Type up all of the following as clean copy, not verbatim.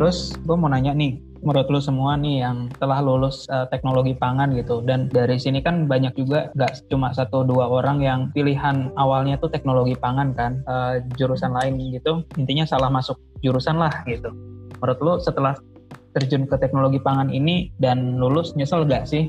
Terus gue mau nanya nih, menurut lu semua nih yang telah lulus teknologi pangan gitu, dan dari sini kan banyak juga, nggak cuma 1-2 orang yang pilihan awalnya tuh teknologi pangan kan, jurusan lain gitu, intinya salah masuk jurusan lah gitu. Menurut lu setelah terjun ke teknologi pangan ini dan lulus, nyesel nggak sih?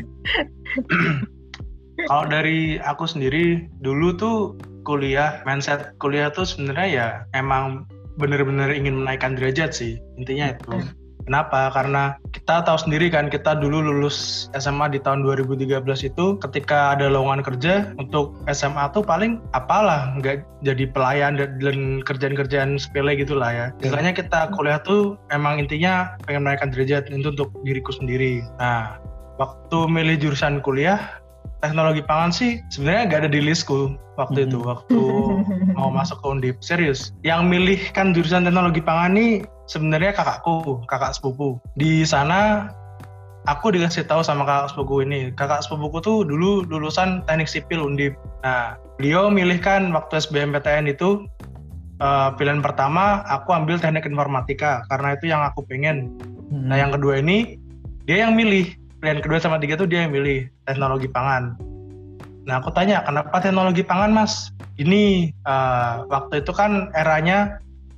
Kalau dari aku sendiri, dulu tuh mindset kuliah tuh sebenarnya ya emang bener-bener ingin menaikkan derajat sih, intinya itu. Kenapa? Karena kita tahu sendiri kan, kita dulu lulus SMA di tahun 2013 itu, ketika ada lowongan kerja untuk SMA tuh paling apalah, nggak jadi pelayan dan kerjaan-kerjaan sepele gitu lah ya. Istilahnya kita kuliah tuh emang intinya pengen menaikkan derajat itu untuk diriku sendiri. Nah, waktu milih jurusan kuliah, teknologi pangan sih sebenarnya nggak ada di listku waktu itu, waktu mau masuk ke Undip. Serius, yang milihkan jurusan teknologi pangan nih sebenarnya kakak sepupu. Di sana aku dikasih tahu sama kakak sepupu ini. Kakak sepupuku tuh dulu lulusan teknik sipil Undip. Nah, beliau milihkan waktu SBMPTN itu, pilihan pertama aku ambil teknik informatika karena itu yang aku pengen. Nah, yang kedua ini dia yang milih. Pilihan kedua sama tiga tuh dia yang milih teknologi pangan. Nah, aku tanya, kenapa teknologi pangan, Mas? Ini waktu itu kan eranya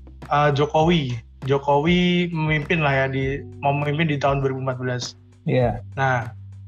Jokowi memimpin lah ya, mau memimpin di tahun 2014. Iya. Nah,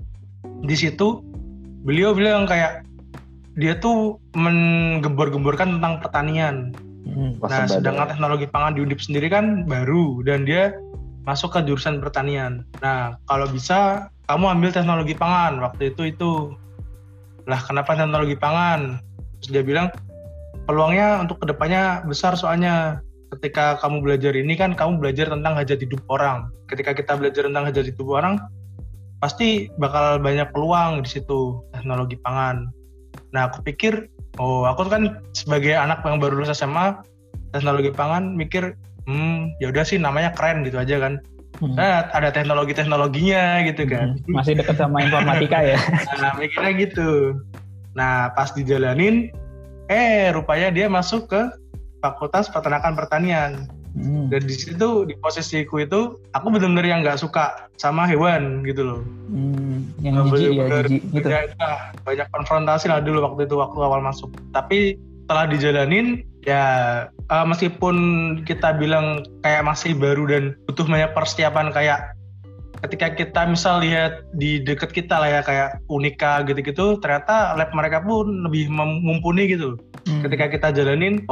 di situ beliau bilang kayak dia tuh menggembor-gemborkan tentang pertanian. Nah, sedangkan teknologi pangan di Undip sendiri kan baru dan dia masuk ke jurusan pertanian. Nah, kalau bisa kamu ambil teknologi pangan waktu itu. Lah, kenapa teknologi pangan? Terus dia bilang peluangnya untuk kedepannya besar, soalnya ketika kamu belajar ini kan kamu belajar tentang hajat hidup orang. Ketika kita belajar tentang hajat hidup orang, pasti bakal banyak peluang di situ teknologi pangan. Nah, aku pikir, aku kan sebagai anak yang baru lulus SMA, teknologi pangan mikir, ya udah sih namanya keren gitu aja kan. Nah, ada teknologinya gitu kan. Masih dekat sama informatika ya. Nah, mikirnya gitu. Nah, pas dijalanin, rupanya dia masuk ke Fakultas Peternakan Pertanian. Dan di situ, di posisiku itu, aku benar-benar yang nggak suka sama hewan gitu loh. Yang jijik gitu. Banyak konfrontasi lah dulu waktu awal masuk. Tapi setelah dijalanin, ya meskipun kita bilang kayak masih baru dan butuh banyak persiapan, kayak ketika kita misal lihat di dekat kita lah ya, kayak Unika gitu-gitu, ternyata lab mereka pun lebih mumpuni gitu. Ketika kita jalanin,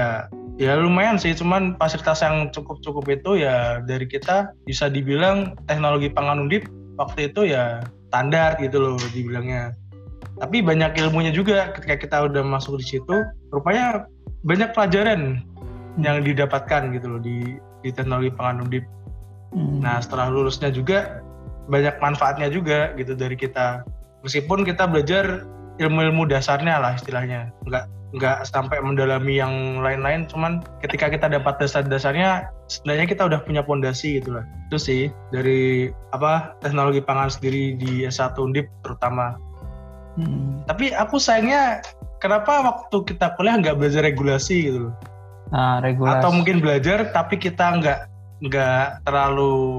ya lumayan sih, cuman fasilitas yang cukup itu ya dari kita bisa dibilang teknologi pangan Undip waktu itu ya standar gitu loh dibilangnya. Tapi banyak ilmunya juga ketika kita udah masuk di situ, rupanya banyak pelajaran yang didapatkan gitu loh di teknologi pangan Undip. Nah, setelah lulusnya juga banyak manfaatnya juga gitu dari kita. Meskipun kita belajar ilmu-ilmu dasarnya lah istilahnya, nggak sampai mendalami yang lain-lain, cuman ketika kita dapat dasar-dasarnya, sebenarnya kita udah punya fondasi gitu lah. Itu sih dari teknologi pangan sendiri di S1 Undip terutama. Tapi aku sayangnya kenapa waktu kita kuliah nggak belajar regulasi gitu loh. Regulasi. Atau mungkin belajar tapi kita nggak terlalu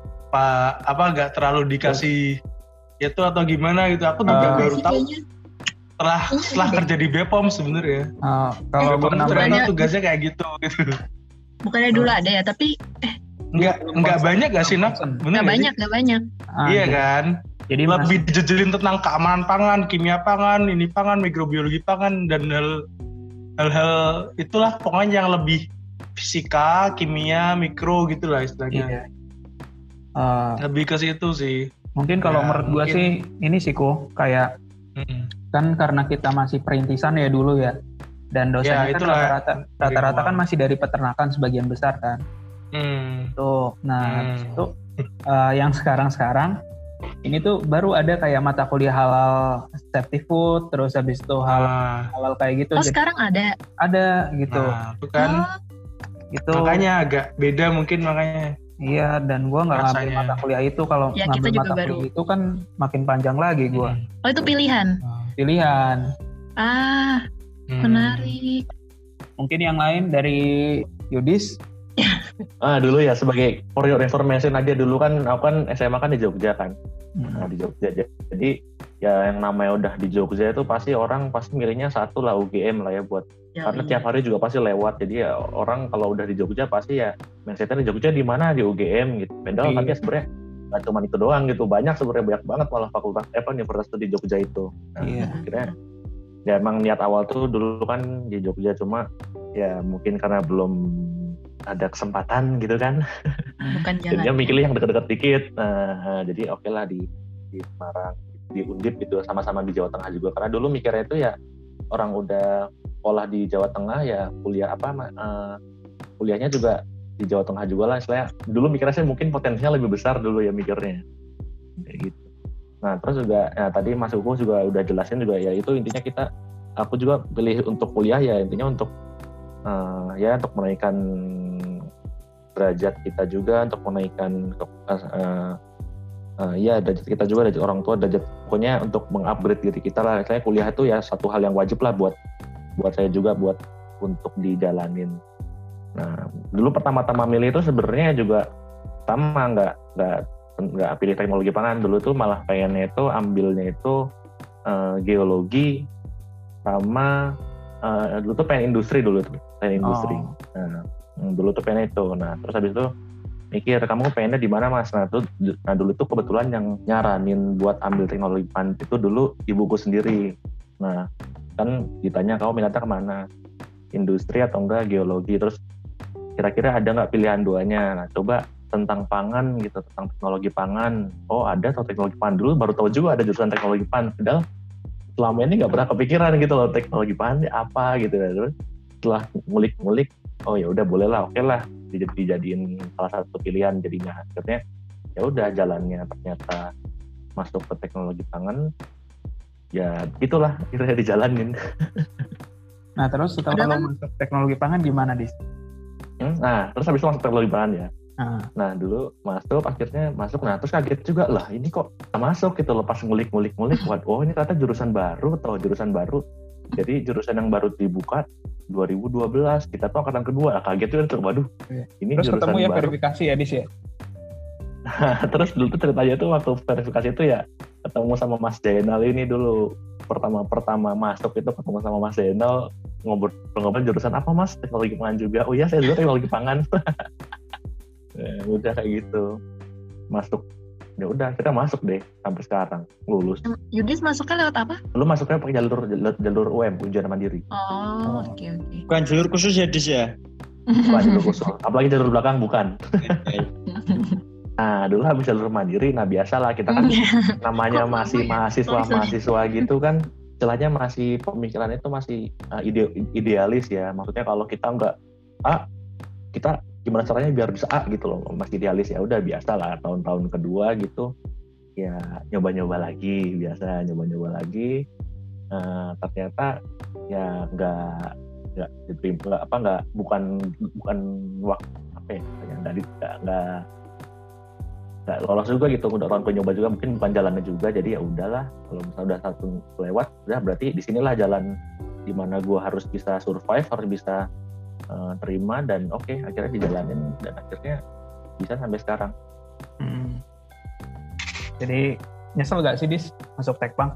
nggak terlalu dikasih itu atau gimana gitu. Aku juga baru tahu setelah kerja di BPOM sebenarnya. Kalau BPOM ternyata tugasnya kayak gitu. Bukannya dulu ada ya, tapi nggak banyak nggak sih, Nak? Nggak banyak. Iya kan? Jadi lebih dijejelin tentang keamanan pangan, kimia pangan, ini pangan, mikrobiologi pangan, dan hal-hal itulah pokoknya yang lebih fisika, kimia, mikro gitulah istilahnya. Lebih ke situ sih. Mungkin kalau menurut gua sih ini sih kayak kan karena kita masih perintisan ya dulu ya, dan dosennya kan rata-rata kan masih dari peternakan sebagian besar kan. Tuh, nah itu yang sekarang ini tuh baru ada kayak mata kuliah halal safety food, terus habis itu halal kayak gitu. Sekarang ada gitu. Nah, itu kan gitu. Makanya agak beda mungkin makanya. Iya, dan gue nggak ngambil mata kuliah itu. Kalau ngambil mata kuliah itu kan makin panjang lagi gue. Oh, itu pilihan? Pilihan. Menarik. Mungkin yang lain dari Yudis? Dulu ya sebagai for your information aja, dulu kan aku kan SMA kan di Jogja kan. Nah, di Jogja. Jadi ya yang namanya udah di Jogja itu pasti orang pasti milihnya satu lah UGM lah ya buat karena tiap hari juga pasti lewat. Jadi ya orang kalau udah di Jogja pasti ya mindsetnya di Jogja di mana di UGM gitu. Padahal tapi ya sebenarnya nggak cuma itu doang gitu, banyak sebenarnya banyak banget malah fakultas universitas di Jogja itu. Nah, akhirnya ya emang niat awal tuh dulu kan di Jogja, cuma ya mungkin karena belum ada kesempatan gitu kan. Bukan jalan. Jadi mikirnya yang deket-deket dikit. Nah, jadi oke lah di Semarang, di Undip gitu, sama-sama di Jawa Tengah juga. Karena dulu mikirnya itu ya orang udah sekolah di Jawa Tengah ya kuliahnya juga di Jawa Tengah juga lah. Istilahnya dulu mikirnya saya mungkin potensinya lebih besar dulu ya mikirnya. Kayak gitu. Nah terus juga ya, tadi Mas Uku juga udah jelasin juga ya itu intinya aku juga pilih untuk kuliah ya intinya untuk ya untuk menaikkan derajat kita juga, untuk menaikkan ya derajat kita juga, derajat orang tua, derajat pokoknya untuk mengupgrade diri kita lah. Saya kuliah itu ya satu hal yang wajib lah buat saya juga buat untuk dijalanin. Nah dulu pertama-tama milih itu sebenarnya juga sama nggak pilih teknologi pangan. Dulu tuh malah pengennya itu ambilnya itu geologi sama dulu tuh pengen industri dulu tuh. Industri. Nah, dulu tuh pengen itu. Nah, terus habis itu mikir kamu pengennya di mana Mas? Nah, dulu tuh kebetulan yang nyaranin buat ambil teknologi pangan itu dulu ibuku sendiri. Nah, kan ditanya kamu minatnya kemana? Industri atau enggak geologi? Terus kira-kira ada nggak pilihan duanya? Nah, coba tentang pangan gitu, tentang teknologi pangan. Oh, ada teknologi pangan dulu baru tahu juga ada jurusan teknologi pangan. Padahal selama ini nggak pernah kepikiran gitu loh teknologi pangan apa gitu. Terus setelah ngulik-ngulik, oh ya udah boleh lah, oke lah dijadiin salah satu pilihan jadinya. Akhirnya ya udah jalannya ternyata masuk ke teknologi pangan, ya itulah akhirnya dijalanin. Nah terus setelah lo masuk teknologi pangan gimana Dis? Nah terus habis itu masuk teknologi pangan ya. Nah dulu akhirnya masuk, nah terus kaget juga lah ini kok masuk gitu loh pas ngulik-ngulik, oh ini ternyata jurusan baru. Jadi jurusan yang baru dibuka 2012, kita tuh angkatan kedua, kaget tuh, waduh ini terus jurusan ketemu ya baru. Verifikasi ya Dis ya? Terus dulu tuh ceritanya tuh waktu verifikasi itu ya ketemu sama Mas Jainal ini dulu, pertama masuk itu ketemu sama Mas Jainal, ngobrol jurusan apa Mas? Teknologi pangan juga. Oh iya saya juga teknologi pangan. Udah kayak gitu masuk, ya udah kita masuk deh sampai sekarang lulus. Yudis masuknya lewat apa? Lu masuknya pakai jalur UM, ujian mandiri. Oke. Bukan jalur khusus ya Dis ya? Bukan jalur khusus, apalagi jalur belakang bukan. Nah dulu habis jalur mandiri, nah biasalah kita kan namanya masih mahasiswa gitu kan, istilahnya masih pemikiran itu masih idealis ya. Maksudnya kalau kita nggak kita gimana caranya biar bisa gitu loh, masih idealis. Ya udah biasa lah tahun-tahun kedua gitu ya nyoba-nyoba lagi, ternyata ya bukan waktu nggak lolos juga gitu, udah orang nyoba juga mungkin bukan jalannya juga. Jadi ya udahlah, kalau misalnya udah satu lewat udah berarti disinilah jalan dimana gue harus bisa survive, harus bisa terima, dan oke, akhirnya dijalanin dan akhirnya bisa sampai sekarang. Jadi nyesel gak sih Dis masuk Tekpang?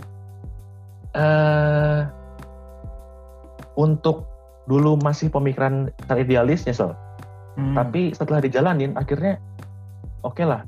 Untuk dulu masih pemikiran teridealis nyesel, tapi setelah dijalanin akhirnya oke lah.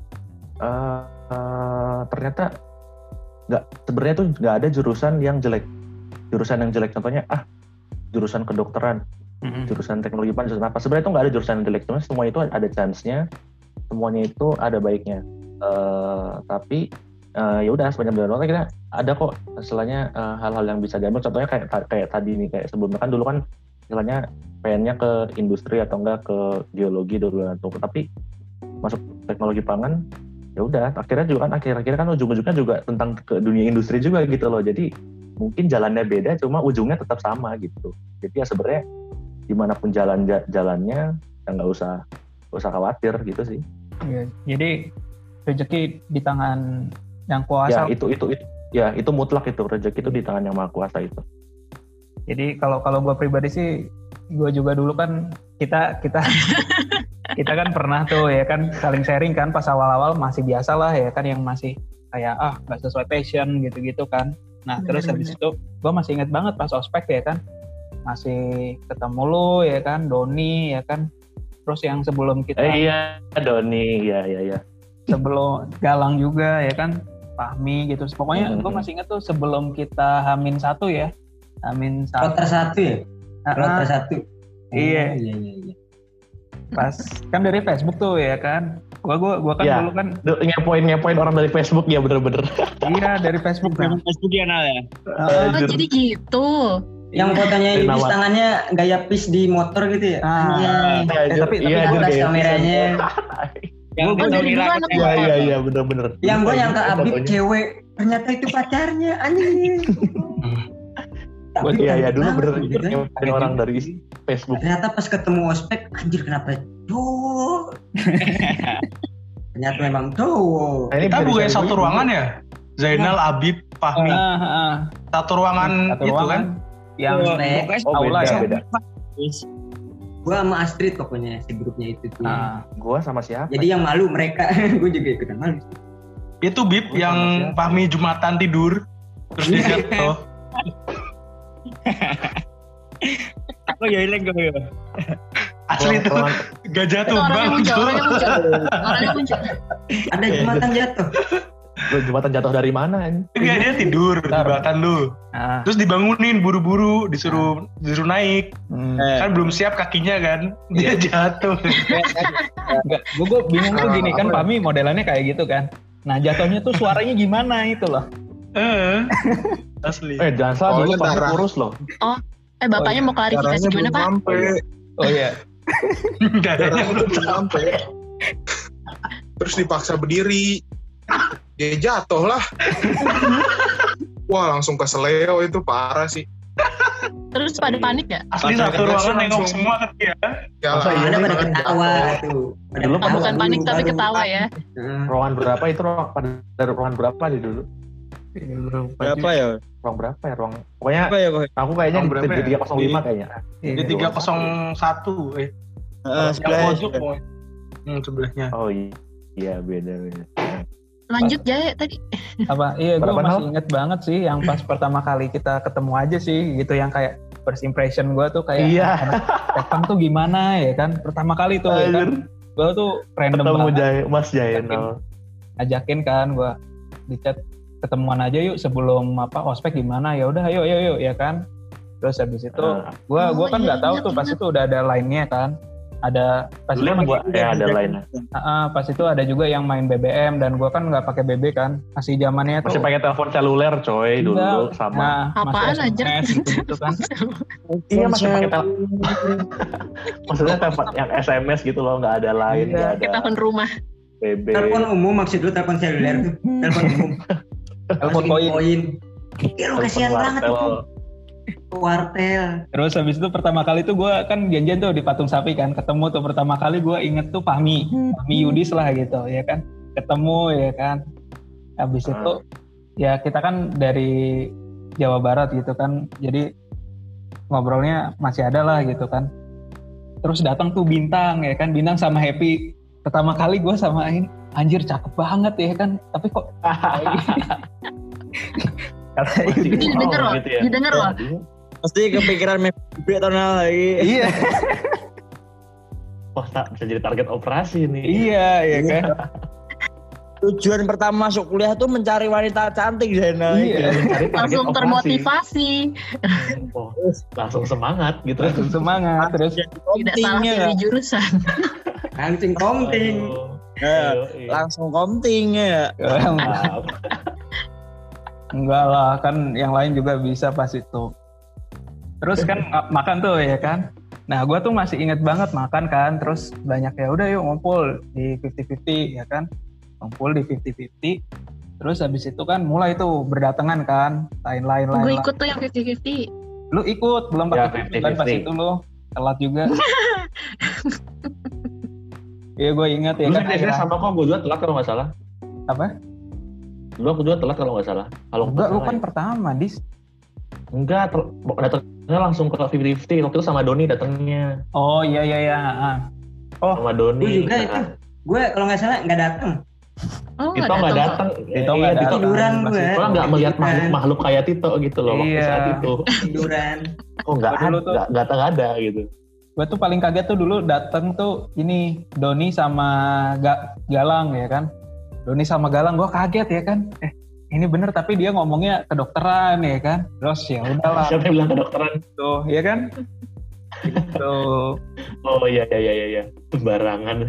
Ternyata sebenarnya tuh nggak ada jurusan yang jelek. Contohnya jurusan kedokteran, jurusan teknologi pangan, jurusan apa, sebenarnya itu nggak ada jurusan yang jelek, cuma semua itu ada chance-nya, semuanya itu ada baiknya. Tapi ya udah sepanjang jalan kita ada kok istilahnya hal-hal yang bisa diambil. Contohnya kayak tadi nih, kayak sebelumnya kan dulu kan istilahnya pengennya ke industri atau enggak ke geologi dulu, tapi masuk teknologi pangan ya udah akhirnya juga kan akhir-akhir kan ujung-ujungnya juga tentang ke dunia industri juga gitu loh. Jadi mungkin jalannya beda, cuma ujungnya tetap sama gitu. Jadi ya sebenarnya dimanapun jalannya ya nggak usah khawatir gitu sih. Iya, jadi rezeki di tangan yang kuasa. Ya itu mutlak, itu rezeki itu di tangan yang maha kuasa itu. Jadi kalau gue pribadi sih, gue juga dulu kan kita kita kan pernah tuh ya kan saling sharing kan pas awal-awal masih biasa lah ya kan, yang masih kayak nggak sesuai passion gitu-gitu kan. Nah terus habis itu gue masih inget banget pas ospek ya kan, masih ketemu lu ya kan, Doni ya kan, terus yang sebelum kita iya Doni, iya. Sebelum Galang juga ya kan, Fahmi gitu. Pokoknya gue masih inget tuh sebelum kita H-1 ya. H-1. Kloter 1 ya? Kloter 1. Iya. Iya. Pas kan dari Facebook tuh ya kan. Gua kan dulu kan ngepoin orang dari Facebook ya, bener-bener. Iya, dari Facebook kan. Facebook ya Nal ya. Jadi gitu. Yang fotonya Yudis tangannya gaya pis di motor gitu ya. Tapi ada kameranya. Yang Iya, bener-bener. Yang gue yang ke Abib cewek, ternyata itu pacarnya, anjing. Iya, dulu bener ngepoin orang dari Facebook. Ternyata pas ketemu ospek, anjir kenapa cowok? Ternyata memang cowok. Kita bukan satu ruangan ya? Zainal, Abib, Fahmi. Satu ruangan itu kan? Yang aula ya? Beda. Gue sama Astrid pokoknya, si grupnya itu tuh. Gue sama siapa? Jadi yang malu mereka, gue juga ikutan malu. Itu Bib yang Fahmi Jumatan tidur, terus dia jatuh. Aku ya hilang gue ya. Asli itu gak jatuh bang. Orangnya muncul. Ada Jumatan jatuh. Lu Jumatan jatuh dari mana? Enggak, dia tidur di belakang lu. Terus dibangunin buru-buru, disuruh naik. Kan belum siap kakinya kan, dia jatuh. Enggak, gue bingung tuh gini kan, Fahmi modelannya kayak gitu kan. Nah jatuhnya tuh suaranya gimana itu loh. Asli. Jangan salah, dulu Fahmi kurus loh. Bapaknya mau klarifikasi gimana Pak? Oh iya. Darahnya belum sampai. Terus dipaksa berdiri. Dia jatuh lah. Wah langsung ke seleo, itu parah sih. Terus pada panik gak? Asli satu ruangan nengok semua kan ya. Ada pada ketawa tuh. Bukan panik tapi ketawa ya. Ruangan berapa itu? Ruangan berapa nih dulu? Berapa ya? Ruang berapa ya? Pokoknya aku kayaknya di 305 kayaknya. Di 301 sebelah pojok sebelahnya. Oh iya, beda. Lanjut Jaya tadi. Apa? Iya, gue masih inget banget sih yang pas pertama kali kita ketemu aja sih gitu, yang kayak first impression gue tuh kayak Stefan tuh gimana ya kan, pertama kali tuh ya kan, gue tuh random banget Mas Jainal ajakin kan gue di chat, ketemuan aja yuk sebelum ospek gimana, ya udah ayo ya kan. Terus habis itu gue kan nggak tahu tuh pas itu udah ada line-nya kan, ada pas itu ada line-nya. Pas itu ada juga yang main BBM dan gue kan nggak pakai BB kan, masih zamannya tuh masih pakai telepon seluler coy dulu sama. Apaan aja gitu kan. Iya masih pakai telepon. Maksudnya telepon yang SMS gitu loh, nggak ada line, nggak ada. Telepon rumah. BB. Telepon umum maksud lu, telepon seluler tuh. Telepon umum. Telepon koin. Ya lu kasihan banget itu. Wartel. Terus habis itu pertama kali tuh gue kan janjian tuh di Patung Sapi kan, ketemu tuh pertama kali gue inget tuh Fahmi Yudis lah gitu ya kan, ketemu ya kan. Habis itu ya kita kan dari Jawa Barat gitu kan, jadi ngobrolnya masih ada lah gitu kan. Terus datang tuh Bintang ya kan, Bintang sama Happy. Pertama kali gue samain, anjir cakep banget ya kan, tapi kok didengar loh. Pasti kepikiran mimpi tahun lagi. Iya. Wah, bisa jadi target operasi nih. Iya kan. Tujuan pertama masuk kuliah tuh mencari wanita cantik Zainal. Iya. Langsung termotivasi. Langsung semangat gitu. Langsung semangat. Terus tidak salah pilih jurusan. Langsung komting. Langsung komting ya. Enggak lah, kan yang lain juga bisa pas itu. Terus kan makan tuh ya kan. Nah gue tuh masih inget banget makan kan. Terus banyak ya udah yuk ngumpul di 50-50 ya kan. Ngumpul di 50-50. Terus habis itu kan mulai tuh berdatangan kan. Lain-lain. Gue ikut tuh yang 50-50. Lu ikut, belum pakai ya, kan pas itu lu. Telat juga. Iya gue inget ya kan. Akhirnya sama kok, gue juga telat kalau gak salah. Apa? Lu aku juga telat kalau gak salah. Enggak, lu kan pertama, Dis. Enggak, datangnya langsung ke 50-50. Waktu itu sama Doni datangnya. Oh iya. sama Doni. Gue juga itu. Gue kalau nggak salah nggak datang. Tito nggak datang. Tito nggak datang. Tiduran gue. Gue nggak melihat makhluk kayak Tito gitu loh waktu saat itu. Tiduran. Oh nggak ada gitu. Gue tuh paling kaget tuh dulu datang tuh ini Doni sama Galang ya kan. Doni sama Galang gue kaget ya kan. Ini bener tapi dia ngomongnya kedokteran ya kan. Terus ya udahlah. Siapa yang bilang kedokteran? Tuh ya kan. Gitu. Oh iya. Sembarangan.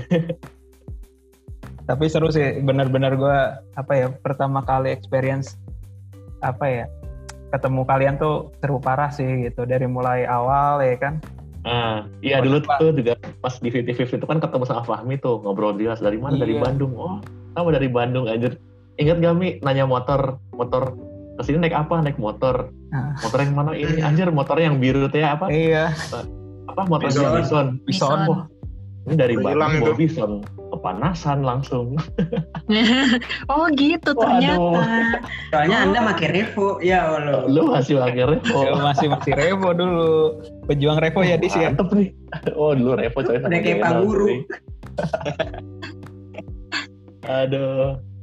Tapi seru sih, bener-bener gue pertama kali experience ketemu kalian tuh seru parah sih gitu dari mulai awal ya kan. Iya dulu tuh juga pas di 50-50 itu kan ketemu sama Fahmi tuh ngobrol jelas dari mana dari Bandung. Oh sama dari Bandung anjir. Ingat gak Mi nanya motor kesini naik apa? Naik motor. Motor yang mana ini? Anjir motor yang biru tuh ya apa? Iya. Apa motor Bison. Oh, ini dari Bandung bawa Bison. Kepanasan langsung. Oh gitu ternyata. Soalnya Anda pakai Revo. Ya Allah. Lu masih pakai Revo. masih Revo dulu. Pejuang Revo ya di sini. Mantep nih. Oh dulu Revo coy. Udah kayak Pak Guru. Aduh.